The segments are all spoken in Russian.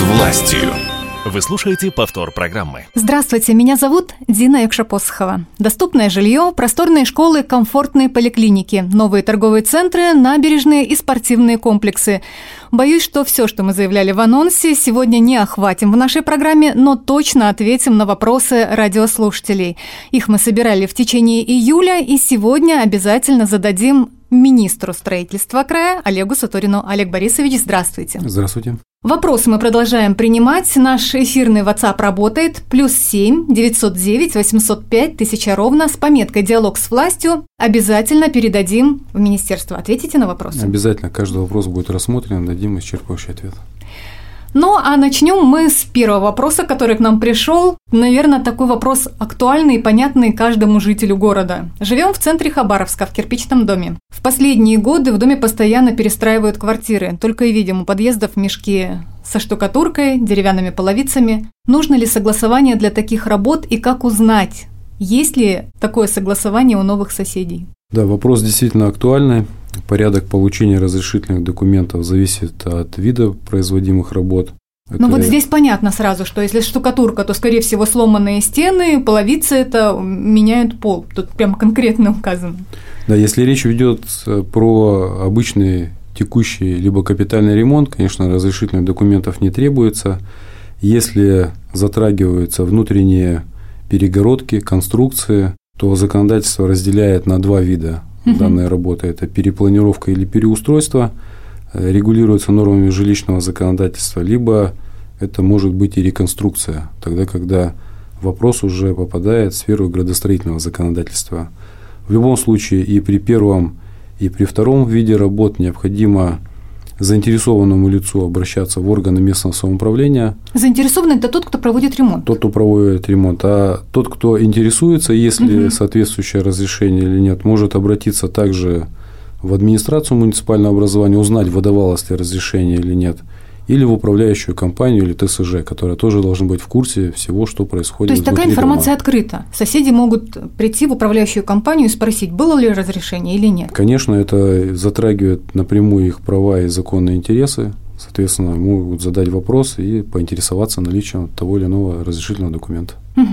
властью. Вы слушаете повтор программы. Здравствуйте, меня зовут Дина Якшапосхова. Доступное жилье, просторные школы, комфортные поликлиники, новые торговые центры, набережные и спортивные комплексы. Боюсь, что все, что мы заявляли в анонсе, сегодня не охватим в нашей программе, но точно ответим на вопросы радиослушателей. Их мы собирали в течение июля, и сегодня обязательно зададим министру строительства края Олегу Сатурину. Олег Борисович, здравствуйте. Здравствуйте. Вопросы мы продолжаем принимать. Наш эфирный WhatsApp работает. +7 909 805 1000 ровно с пометкой «Диалог с властью». Обязательно передадим в министерство. Ответите на вопросы? Обязательно. Каждый вопрос будет рассмотрен, дадим исчерпывающий ответ. Ну, а начнем мы с первого вопроса, который к нам пришел. Наверное, такой вопрос актуальный и понятный каждому жителю города. Живем в центре Хабаровска, в кирпичном доме. В последние годы в доме постоянно перестраивают квартиры. Только и видим у подъездов мешки со штукатуркой, деревянными половицами. Нужно ли согласование для таких работ и как узнать, есть ли такое согласование у новых соседей? Да, вопрос действительно актуальный. Порядок получения разрешительных документов зависит от вида производимых работ. Ну вот здесь понятно сразу, что если штукатурка, то, скорее всего, сломанные стены, половицы – это меняют пол. Тут прям конкретно указано. Да, если речь идет про обычный текущий либо капитальный ремонт, конечно, разрешительных документов не требуется. Если затрагиваются внутренние перегородки, конструкции, то законодательство разделяет на два вида данной работы. Это перепланировка или переустройство, регулируется нормами жилищного законодательства, либо это может быть и реконструкция, тогда, когда вопрос уже попадает в сферу градостроительного законодательства. В любом случае и при первом, и при втором виде работ необходимо заинтересованному лицу обращаться в органы местного самоуправления. Заинтересованный – это тот, кто проводит ремонт? Тот, кто проводит ремонт. А тот, кто интересуется, есть ли соответствующее разрешение или нет, может обратиться также в администрацию муниципального образования, узнать, выдавалось ли разрешение или нет, или в управляющую компанию или ТСЖ, которая тоже должна быть в курсе всего, что происходит. То есть такая информация открыта? Соседи могут прийти в управляющую компанию и спросить, было ли разрешение или нет? Конечно, это затрагивает напрямую их права и законные интересы. Соответственно, могут задать вопрос и поинтересоваться наличием того или иного разрешительного документа.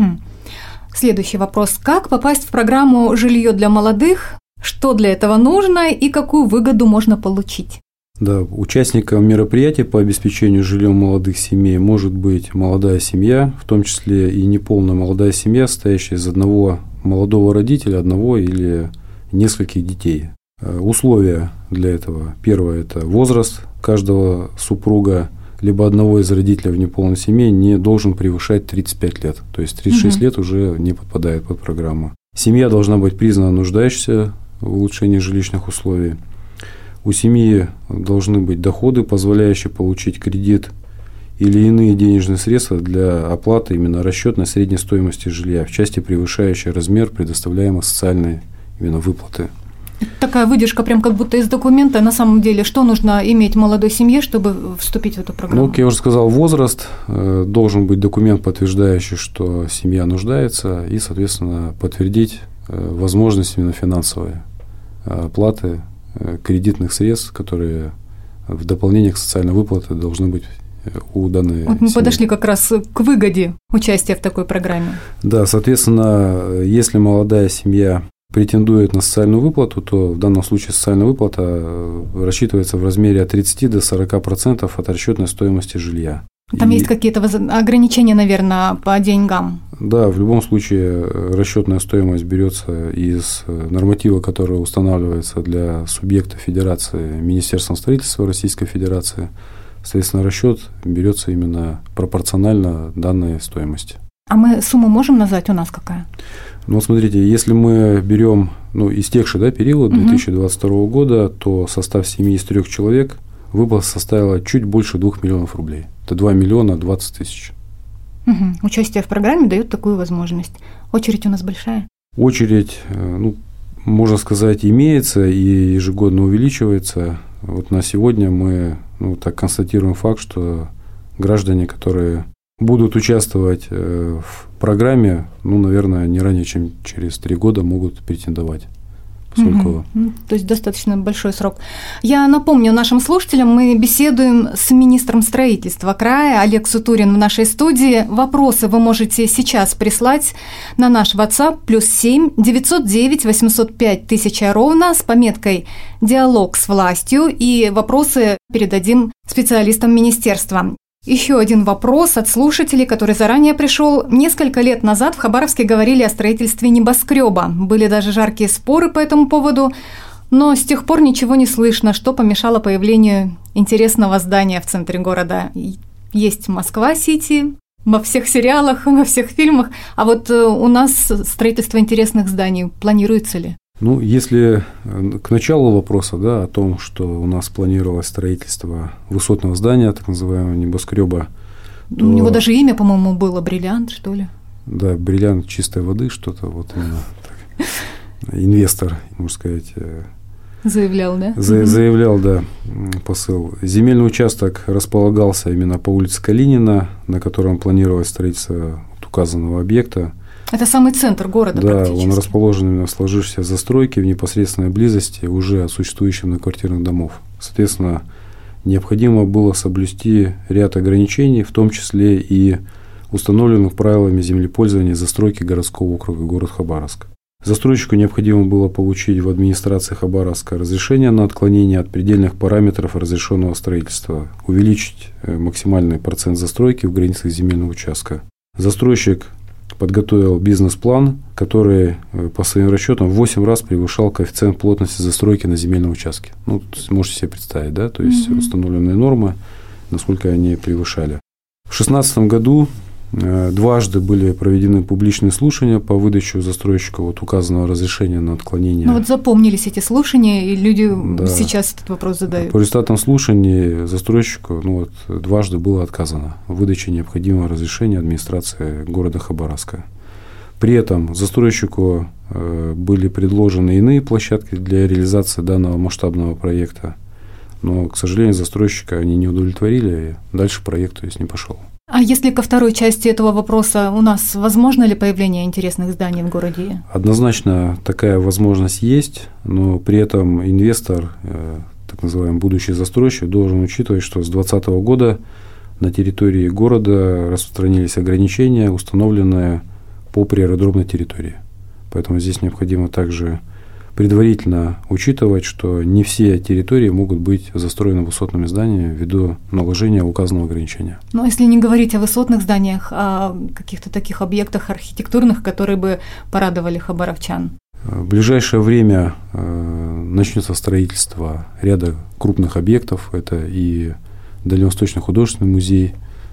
Следующий вопрос. Как попасть в программу «Жилье для молодых»? Что для этого нужно и какую выгоду можно получить? Да, участником мероприятия по обеспечению жильем молодых семей может быть молодая семья, в том числе и неполная молодая семья, состоящая из одного молодого родителя, одного или нескольких детей. Условия для этого. Первое – это возраст каждого супруга, либо одного из родителей в неполной семье не должен превышать 35 лет. То есть 36 лет уже не подпадает под программу. Семья должна быть признана нуждающейся в улучшении жилищных условий. У семьи должны быть доходы, позволяющие получить кредит или иные денежные средства для оплаты именно расчетной средней стоимости жилья в части, превышающей размер предоставляемой социальной именно выплаты. Такая выдержка прям как будто из документа. На самом деле, что нужно иметь молодой семье, чтобы вступить в эту программу? Ну, как я уже сказал, возраст, должен быть документ, подтверждающий, что семья нуждается, и, соответственно, подтвердить возможность именно финансовой оплаты кредитных средств, которые в дополнение к социальной выплате должны быть у данной Вот мы семьи. подошли как раз к выгоде участия в такой программе. Да, соответственно, если молодая семья претендует на социальную выплату, то в данном случае социальная выплата рассчитывается в размере от 30 до 40% от расчетной стоимости жилья. Там есть какие-то ограничения, наверное, по деньгам? Да, в любом случае расчетная стоимость берется из норматива, который устанавливается для субъекта Федерации Министерством строительства Российской Федерации. Соответственно, расчет берется именно пропорционально данной стоимости. А мы сумму можем назвать у нас какая? Ну, смотрите, если мы берем истекший период 2022 года, то состав семьи из 3 человек выплата составила чуть больше 2 миллионов рублей. Это 2 миллиона 20 тысяч. Участие в программе дает такую возможность. Очередь у нас большая? Очередь, можно сказать, имеется и ежегодно увеличивается. Вот на сегодня мы так констатируем факт, что граждане, которые будут участвовать в программе, наверное, не ранее, чем через 3 года могут претендовать. поскольку... То есть достаточно большой срок. Я напомню нашим слушателям, мы беседуем с министром строительства края Олег Сутурин в нашей студии. Вопросы вы можете сейчас прислать на наш WhatsApp +7 909 805 1000 ровно с пометкой «Диалог с властью», и вопросы передадим специалистам министерства. Еще один вопрос от слушателей, который заранее пришел. Несколько лет назад в Хабаровске говорили о строительстве небоскреба. Были даже жаркие споры по этому поводу, но с тех пор ничего не слышно, что помешало появлению интересного здания в центре города. Есть Москва-Сити во всех сериалах, во всех фильмах, а вот у нас строительство интересных зданий планируется ли? Ну, если к началу вопроса, да, о том, что у нас планировалось строительство высотного здания, так называемого небоскреба, то... У него даже имя, по-моему, было «Бриллиант», что ли? Да, «Бриллиант чистой воды», что-то вот именно так. Инвестор, можно сказать... Заявлял, да? Заявлял, да, посыл. Земельный участок располагался именно по улице Калинина, на котором планировалось строительство указанного объекта. Это самый центр города, да, практически. Он расположен именно в сложившейся застройке в непосредственной близости уже от существующих многоквартирных домов. Соответственно, необходимо было соблюсти ряд ограничений, в том числе и установленных правилами землепользования застройки городского округа город Хабаровск. Застройщику необходимо было получить в администрации Хабаровска разрешение на отклонение от предельных параметров разрешенного строительства, увеличить максимальный процент застройки в границах земельного участка. Застройщик подготовил бизнес-план, который по своим расчетам в 8 раз превышал коэффициент плотности застройки на земельном участке. Ну, можете себе представить, да, то есть установленные нормы, насколько они превышали. В 2016 году дважды были проведены публичные слушания по выдаче застройщика вот указанного разрешения на отклонение. Ну вот запомнились эти слушания, и люди сейчас этот вопрос задают. По результатам слушаний застройщику дважды было отказано в выдаче необходимого разрешения администрации города Хабаровска. При этом застройщику были предложены иные площадки для реализации данного масштабного проекта, но, к сожалению, застройщика они не удовлетворили, и дальше проект, то есть, не пошел. А если ко второй части этого вопроса, у нас возможно ли появление интересных зданий в городе? Однозначно такая возможность есть, но при этом инвестор, так называемый будущий застройщик, должен учитывать, что с 2020 года на территории города распространились ограничения, установленные по приаэродромной территории. Поэтому здесь необходимо также предварительно учитывать, что не все территории могут быть застроены высотными зданиями ввиду наложения указанного ограничения. Но если не говорить о высотных зданиях, а о каких-то таких объектах архитектурных, которые бы порадовали хабаровчан? В ближайшее время начнется строительство ряда крупных объектов. Это и Дальневосточный художественный музей,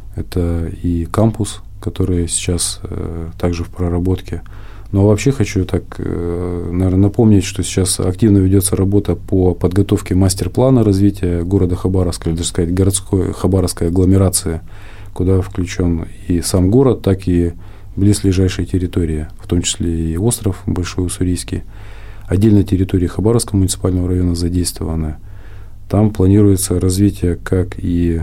это и кампус, который сейчас также в проработке. Но вообще хочу наверное, напомнить, что сейчас активно ведется работа по подготовке мастер-плана развития города Хабаровска, или даже сказать, городской хабаровской агломерации, куда включен и сам город, так и близлежащие территории, в том числе и остров Большой Уссурийский. Отдельно территории Хабаровского муниципального района задействованы. Там планируется развитие как и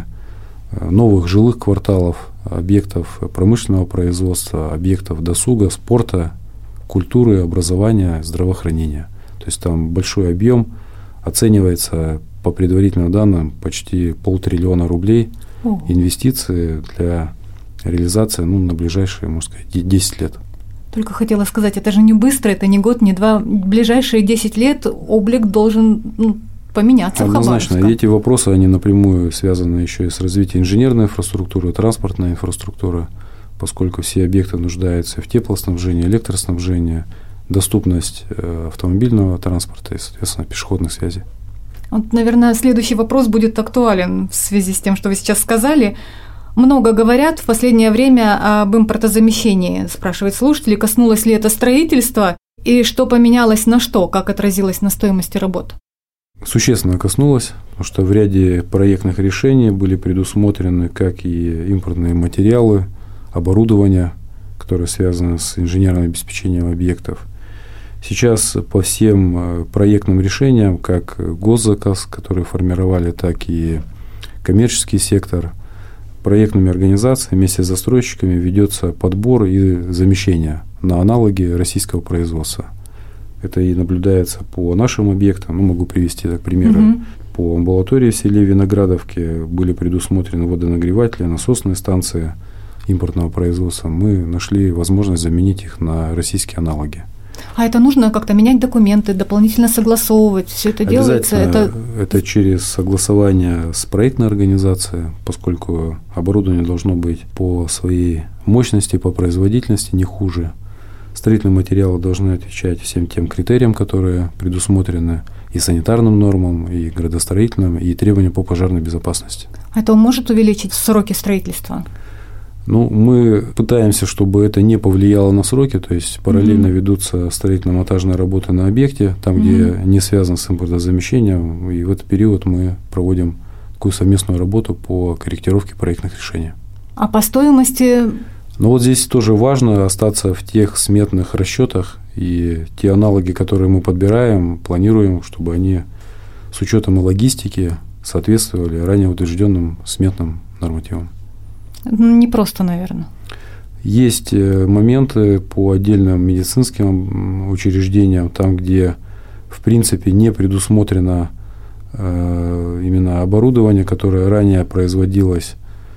новых жилых кварталов, объектов промышленного производства, объектов досуга, спорта, культуры, образования, здравоохранения. То есть там большой объем, оценивается по предварительным данным почти 500 миллиона рублей инвестиции для реализации на ближайшие, можно сказать, 10 лет. Только хотела сказать, это же не быстро, это не год, не два. В ближайшие 10 лет облик должен поменяться в Хабаровске. Однозначно. Эти вопросы, они напрямую связаны еще и с развитием инженерной инфраструктуры, транспортной инфраструктуры, поскольку все объекты нуждаются в теплоснабжении, электроснабжении, доступность автомобильного транспорта и, соответственно, пешеходных связей. Вот, наверное, следующий вопрос будет актуален в связи с тем, что вы сейчас сказали. Много говорят в последнее время об импортозамещении, спрашивает слушатель, коснулось ли это строительства, и что поменялось на что, как отразилось на стоимости работ? Существенно коснулось, потому что в ряде проектных решений были предусмотрены как и импортные материалы, оборудование, которое связано с инженерным обеспечением объектов. Сейчас по всем проектным решениям, как госзаказ, который формировали, так и коммерческий сектор, проектными организациями вместе с застройщиками ведется подбор и замещение на аналоги российского производства. Это и наблюдается по нашим объектам. Могу привести так примеры. По амбулатории в селе Виноградовке были предусмотрены водонагреватели, насосные станции импортного производства. Мы нашли возможность заменить их на российские аналоги. А это нужно как-то менять документы, дополнительно согласовывать? Все это делается? Это через согласование с проектной организацией, поскольку оборудование должно быть по своей мощности, по производительности не хуже. Строительные материалы должны отвечать всем тем критериям, которые предусмотрены и санитарным нормам, и градостроительным, и требованиям по пожарной безопасности. Это может увеличить сроки строительства? Мы пытаемся, чтобы это не повлияло на сроки, то есть параллельно ведутся строительно-монтажные работы на объекте, там, где не связано с импортозамещением, и в этот период мы проводим такую совместную работу по корректировке проектных решений. А по стоимости? Здесь тоже важно остаться в тех сметных расчетах, и те аналоги, которые мы подбираем, планируем, чтобы они с учетом и логистики соответствовали ранее утвержденным сметным нормативам. Не просто, наверное. Есть моменты по отдельным медицинским учреждениям, там, где, в принципе, не предусмотрено именно оборудование, которое ранее производилось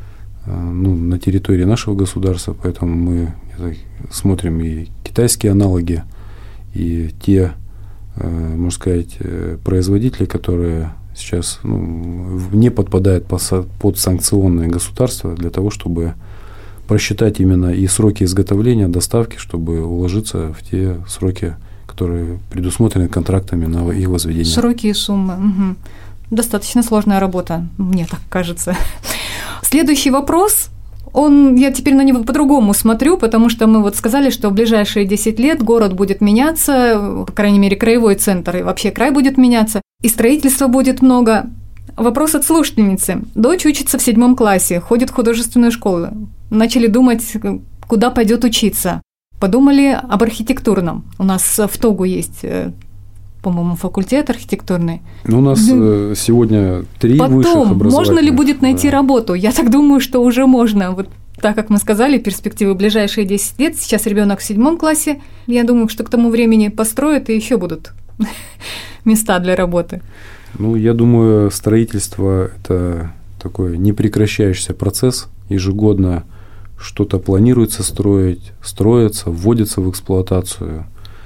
на территории нашего государства, поэтому мы смотрим и китайские аналоги, и те, можно сказать, производители, которые сейчас не подпадают под санкционные государства, для того, чтобы просчитать именно и сроки изготовления, доставки, чтобы уложиться в те сроки, которые предусмотрены контрактами на их возведение. Сроки и суммы. Угу. Достаточно сложная работа, мне так кажется. Следующий вопрос. Я теперь на него по-другому смотрю, потому что мы сказали, что в ближайшие 10 лет город будет меняться, по крайней мере, краевой центр, и вообще край будет меняться, и строительства будет много. Вопрос от слушательницы. Дочь учится в 7 классе, ходит в художественную школу. Начали думать, куда пойдет учиться. Подумали об архитектурном. У нас в ТОГУ есть, по-моему, факультет архитектурный. У нас сегодня 3 высших образовательных. Потом, можно ли будет найти работу? Я так думаю, что уже можно. Так как мы сказали, перспективы ближайшие 10 лет. Сейчас ребенок в 7 классе. Я думаю, что к тому времени построят, и еще будут места для работы. Я думаю, строительство – это такой непрекращающийся процесс. Ежегодно что-то планируется строить, строится, вводится в эксплуатацию.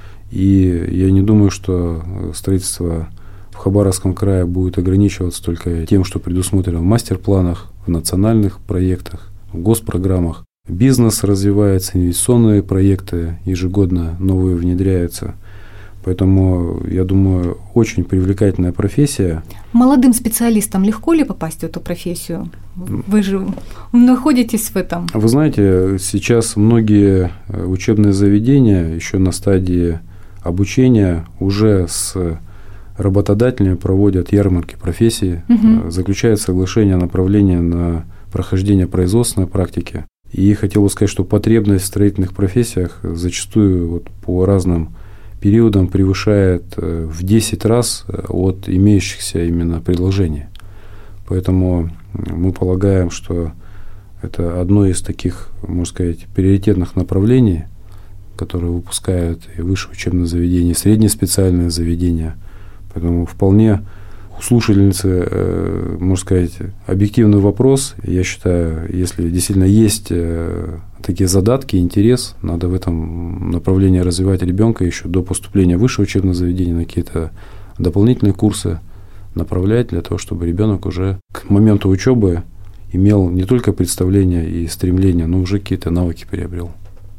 И я не думаю, что строительство в Хабаровском крае будет ограничиваться только тем, что предусмотрено в мастер-планах, в национальных проектах, в госпрограммах. Бизнес развивается, инвестиционные проекты ежегодно новые внедряются. Поэтому, я думаю, очень привлекательная профессия. Молодым специалистам легко ли попасть в эту профессию? Вы же находитесь в этом. Вы знаете, сейчас многие учебные заведения еще на стадии обучения уже с работодателями проводят ярмарки профессий, заключают соглашение о направлении на прохождение производственной практики. И хотел бы сказать, что потребность в строительных профессиях зачастую по разным периодам превышает в 10 раз от имеющихся именно предложений. Поэтому мы полагаем, что это одно из таких, можно сказать, приоритетных направлений, которые выпускают и высшие учебные заведения, и средние специальные заведения. Поэтому вполне у слушательницы, можно сказать, объективный вопрос. Я считаю, если действительно есть такие задатки, интерес, надо в этом направлении развивать ребенка еще до поступления в высшее учебное заведение на какие-то дополнительные курсы направлять для того, чтобы ребенок уже к моменту учебы имел не только представление и стремление, но уже какие-то навыки приобрел.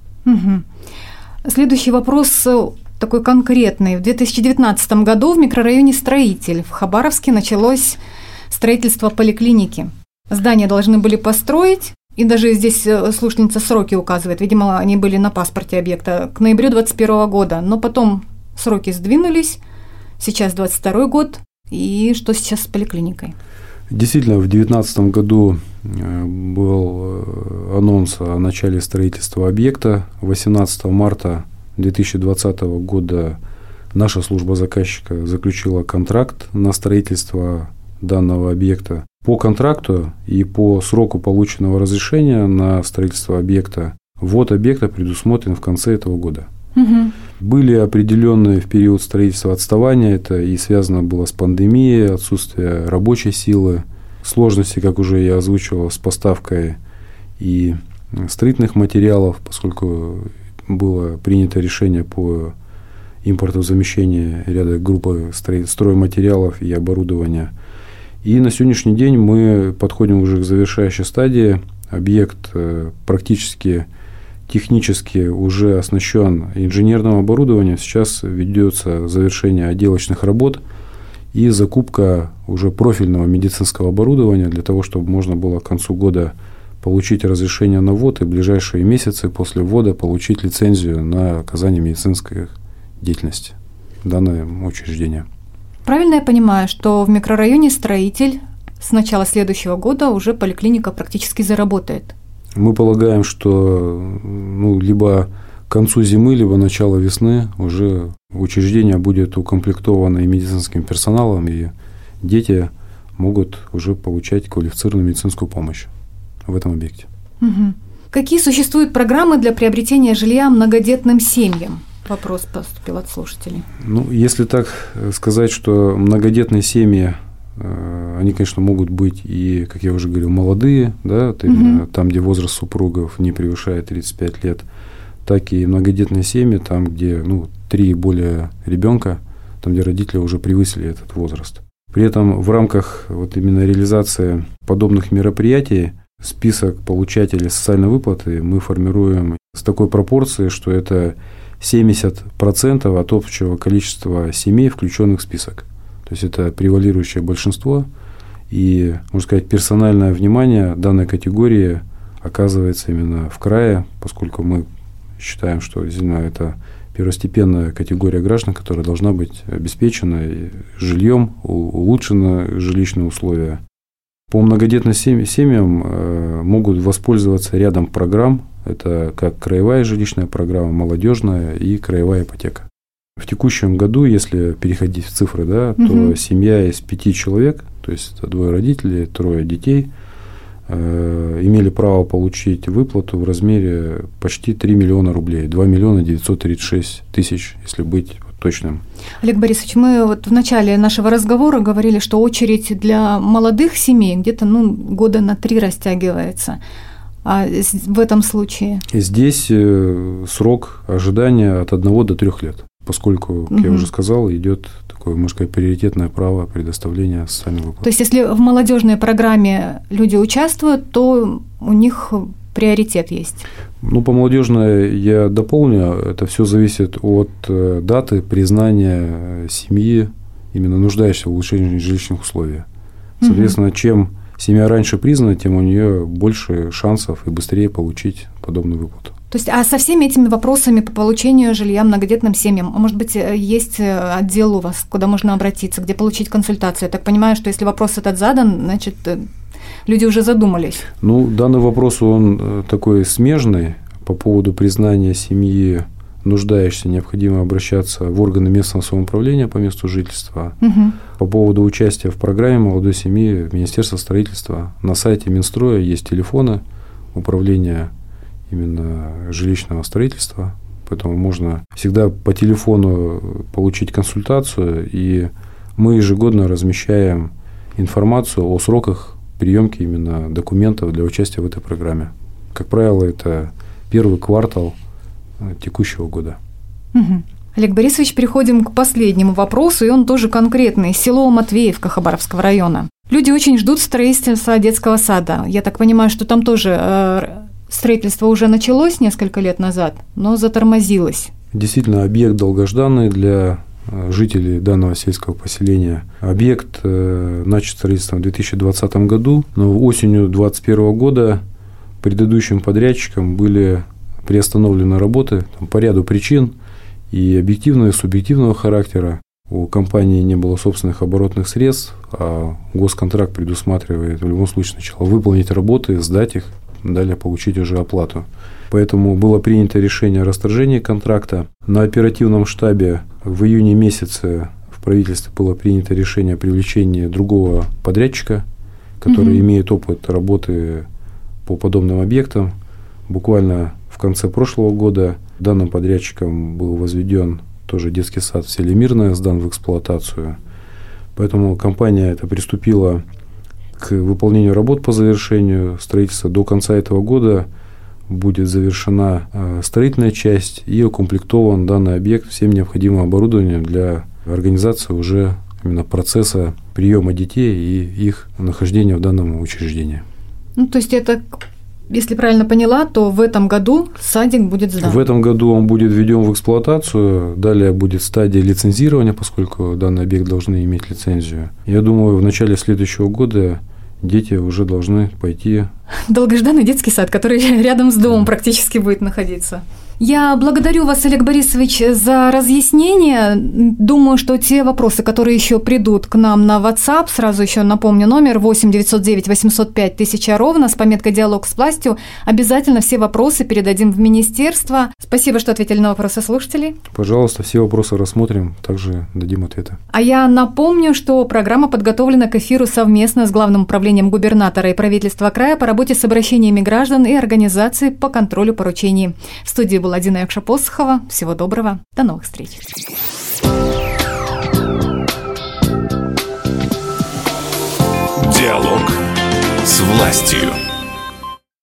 Следующий вопрос такой конкретный. В 2019 году в микрорайоне Строитель в Хабаровске началось строительство поликлиники. Здания должны были построить, и даже здесь слушательница сроки указывает, видимо, они были на паспорте объекта, к ноябрю 2021 года, но потом сроки сдвинулись, сейчас 2022 год, и что сейчас с поликлиникой? Действительно, в 2019 году был анонс о начале строительства объекта. 18 марта 2020 года наша служба заказчика заключила контракт на строительство данного объекта. По контракту и по сроку полученного разрешения на строительство объекта, ввод объекта предусмотрен в конце этого года. Были определенные в период строительства отставания, это и связано было с пандемией, отсутствие рабочей силы, сложности, как уже я озвучивал, с поставкой и строительных материалов, поскольку было принято решение по импортозамещению ряда группы стройматериалов и оборудования. И на сегодняшний день мы подходим уже к завершающей стадии. Объект практически технически уже оснащен инженерным оборудованием. Сейчас ведется завершение отделочных работ и закупка уже профильного медицинского оборудования для того, чтобы можно было к концу года получить разрешение на ввод и в ближайшие месяцы после ввода получить лицензию на оказание медицинской деятельности в данном учреждении. Правильно я понимаю, что в микрорайоне Строитель с начала следующего года уже поликлиника практически заработает? Мы полагаем, что либо к концу зимы, либо начало весны уже учреждение будет укомплектовано и медицинским персоналом, и дети могут уже получать квалифицированную медицинскую помощь в этом объекте. Угу. Какие существуют программы для приобретения жилья многодетным семьям? Вопрос поступил от слушателей. Если так сказать, что многодетные семьи, они, конечно, могут быть и, как я уже говорил, молодые, да, там, где возраст супругов не превышает 35 лет, так и многодетные семьи, там, где 3 и более ребенка, там, где родители уже превысили этот возраст. При этом в рамках именно реализации подобных мероприятий список получателей социальной выплаты мы формируем с такой пропорцией, что это 70% от общего количества семей, включенных в список. То есть это превалирующее большинство, и, можно сказать, персональное внимание данной категории оказывается именно в крае, поскольку мы считаем, что действительно это первостепенная категория граждан, которая должна быть обеспечена жильем, улучшены жилищные условия. По многодетным семьям могут воспользоваться рядом программ. Это как краевая жилищная программа, молодежная и краевая ипотека. В текущем году, если переходить в цифры, то семья из 5 человек, то есть это 2 родителей, 3 детей, имели право получить выплату в размере почти 3 миллиона рублей, 2 миллиона 936 тысяч, если быть точным. Олег Борисович, мы в начале нашего разговора говорили, что очередь для молодых семей где-то года на 3 растягивается. А в этом случае? Здесь срок ожидания от 1 до 3 лет, поскольку, как я уже сказал, идет такое, можно сказать, приоритетное право предоставления социальной выплаты. То есть, если в молодежной программе люди участвуют, то у них приоритет есть? По молодежной я дополню, это все зависит от даты признания семьи, именно нуждающейся в улучшении жилищных условий. Соответственно, чем семья раньше признана, тем у нее больше шансов и быстрее получить подобную выплату. То есть, а со всеми этими вопросами по получению жилья многодетным семьям, может быть, есть отдел у вас, куда можно обратиться, где получить консультацию? Я так понимаю, что если вопрос этот задан, значит, люди уже задумались. Данный вопрос, он такой смежный. По поводу признания семьи нуждающейся, необходимо обращаться в органы местного самоуправления по месту жительства. По поводу участия в программе молодой семьи в Министерстве строительства на сайте Минстроя есть телефоны управления именно жилищного строительства, поэтому можно всегда по телефону получить консультацию, и мы ежегодно размещаем информацию о сроках приемки именно документов для участия в этой программе. Как правило, это первый квартал текущего года. Олег Борисович, переходим к последнему вопросу, и он тоже конкретный. Село Матвеевка Хабаровского района. Люди очень ждут строительства детского сада. Я так понимаю, что там тоже строительство уже началось несколько лет назад, но затормозилось. Действительно, объект долгожданный для жителей данного сельского поселения. Объект начат строительство в 2020 году, но осенью 2021 года предыдущим подрядчикам были приостановлены работы по ряду причин и объективного, и субъективного характера. У компании не было собственных оборотных средств, а госконтракт предусматривает в любом случае сначала выполнить работы, сдать их, далее получить уже оплату. Поэтому было принято решение о расторжении контракта. На оперативном штабе в июне месяце в правительстве было принято решение о привлечении другого подрядчика, который имеет опыт работы по подобным объектам. Буквально в конце прошлого года Данным подрядчиком был возведен тоже детский сад в селе Мирное, сдан в эксплуатацию. Поэтому компания эта приступила к выполнению работ по завершению строительства. До конца этого года будет завершена строительная часть и укомплектован данный объект всем необходимым оборудованием для организации уже именно процесса приема детей и их нахождения в данном учреждении. То есть это, если правильно поняла, то в этом году садик будет сдан? В этом году он будет введен в эксплуатацию, далее будет стадия лицензирования, поскольку данный объект должны иметь лицензию. Я думаю, в начале следующего года дети уже должны пойти. Долгожданный детский сад, который рядом с домом практически будет находиться. Я благодарю вас, Олег Борисович, за разъяснение. Думаю, что те вопросы, которые еще придут к нам на WhatsApp, сразу еще напомню номер 8 909 805 1000 ровно с пометкой «Диалог с властью». Обязательно все вопросы передадим в министерство. Спасибо, что ответили на вопросы слушателей. Пожалуйста, все вопросы рассмотрим, также дадим ответы. А я напомню, что программа подготовлена к эфиру совместно с Главным управлением губернатора и правительства края по работе с обращениями граждан и организаций по контролю поручений. В студии была Дина Якша-Посохова. Всего доброго. До новых встреч. Диалог с властью.